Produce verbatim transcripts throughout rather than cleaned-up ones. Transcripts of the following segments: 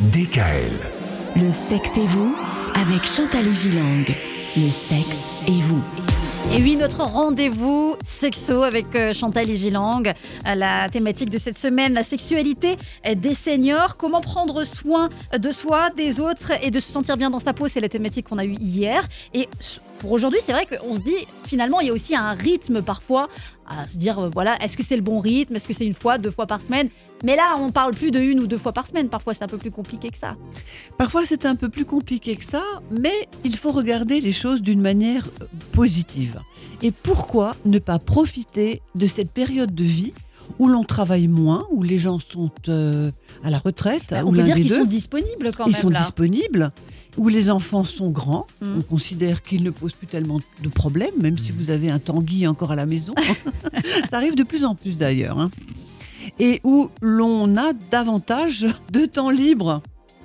D K L. Le sexe et vous, avec Chantal Gilang. Le sexe et vous. Et oui, notre rendez-vous sexo avec Chantal Gilang. La thématique de cette semaine, la sexualité des seniors. Comment prendre soin de soi, des autres et de se sentir bien dans sa peau, c'est la thématique qu'on a eue hier. Et pour aujourd'hui, c'est vrai qu'on se dit, finalement, il y a aussi un rythme parfois à se dire, voilà, est-ce que c'est le bon rythme? Est-ce que c'est une fois, deux fois par semaine? Mais là, on parle plus de une ou deux fois par semaine. Parfois, c'est un peu plus compliqué que ça. Parfois, c'est un peu plus compliqué que ça, mais il faut regarder les choses d'une manière positive. Et pourquoi ne pas profiter de cette période de vie où l'on travaille moins, où les gens sont euh, à la retraite, bah, ou on peut l'un dire des qu'ils deux. sont disponibles quand Ils même. sont là. disponibles, où les enfants sont grands. Mm. On considère qu'ils ne posent plus tellement de problèmes, même si vous avez un Tanguy encore à la maison. Ça arrive de plus en plus d'ailleurs. Hein. Et où l'on a davantage de temps libre.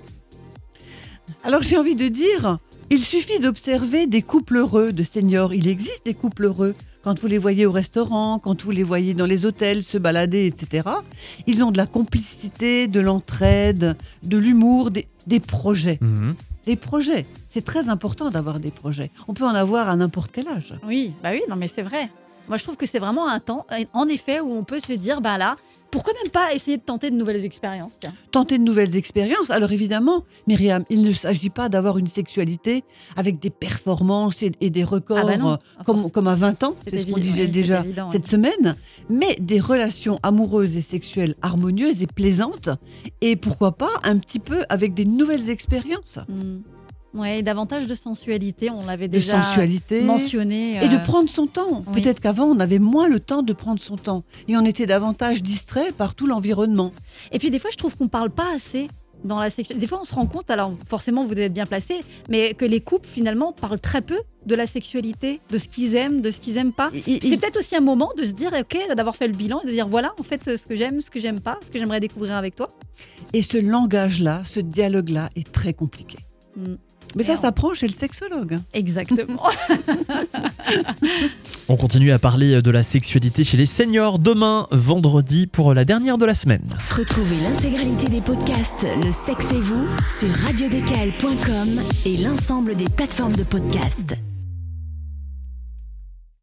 Alors j'ai envie de dire, il suffit d'observer des couples heureux de seniors. Il existe des couples heureux. Quand vous les voyez au restaurant, quand vous les voyez dans les hôtels, se balader, et cetera. Ils ont de la complicité, de l'entraide, de l'humour, des, des projets. Mmh. Des projets. C'est très important d'avoir des projets. On peut en avoir à n'importe quel âge. Oui, bah oui, non mais c'est vrai. Moi, je trouve que c'est vraiment un temps, en effet, où on peut se dire, ben là, pourquoi même pas essayer de tenter de nouvelles expériences, tiens. Tenter de nouvelles expériences. Alors évidemment, Myriam, il ne s'agit pas d'avoir une sexualité avec des performances et, et des records Ah bah non, euh, comme, comme à vingt ans, C'est c'est ce qu'on évident, disait oui, c'est déjà évident, cette oui. semaine, mais des relations amoureuses et sexuelles harmonieuses et plaisantes, et pourquoi pas un petit peu avec des nouvelles expériences. Hmm. Ouais, davantage de sensualité, on l'avait De déjà sensualité mentionné. et de euh, prendre son temps. oui. Peut-être qu'avant, on avait moins le temps de prendre son temps et on était davantage distrait par tout l'environnement. Et puis des fois, je trouve qu'on parle pas assez dans la sexualité. Des fois, on se rend compte, alors forcément, vous êtes bien placé, mais que les couples, finalement, parlent très peu de la sexualité, de ce qu'ils aiment, de ce qu'ils aiment pas. Et- et- Puis c'est peut-être aussi un moment de se dire, ok, d'avoir fait le bilan et de dire, voilà, en fait, ce que j'aime, ce que j'aime pas, ce que j'aimerais découvrir avec toi. Et ce langage-là, ce dialogue-là est très compliqué. Hmm. Mais ça Merde. s'apprend chez le sexologue. Exactement. On continue à parler de la sexualité chez les seniors demain, vendredi, pour la dernière de la semaine. Retrouvez l'intégralité des podcasts Le sexe et vous sur radio d k l point com et l'ensemble des plateformes de podcasts.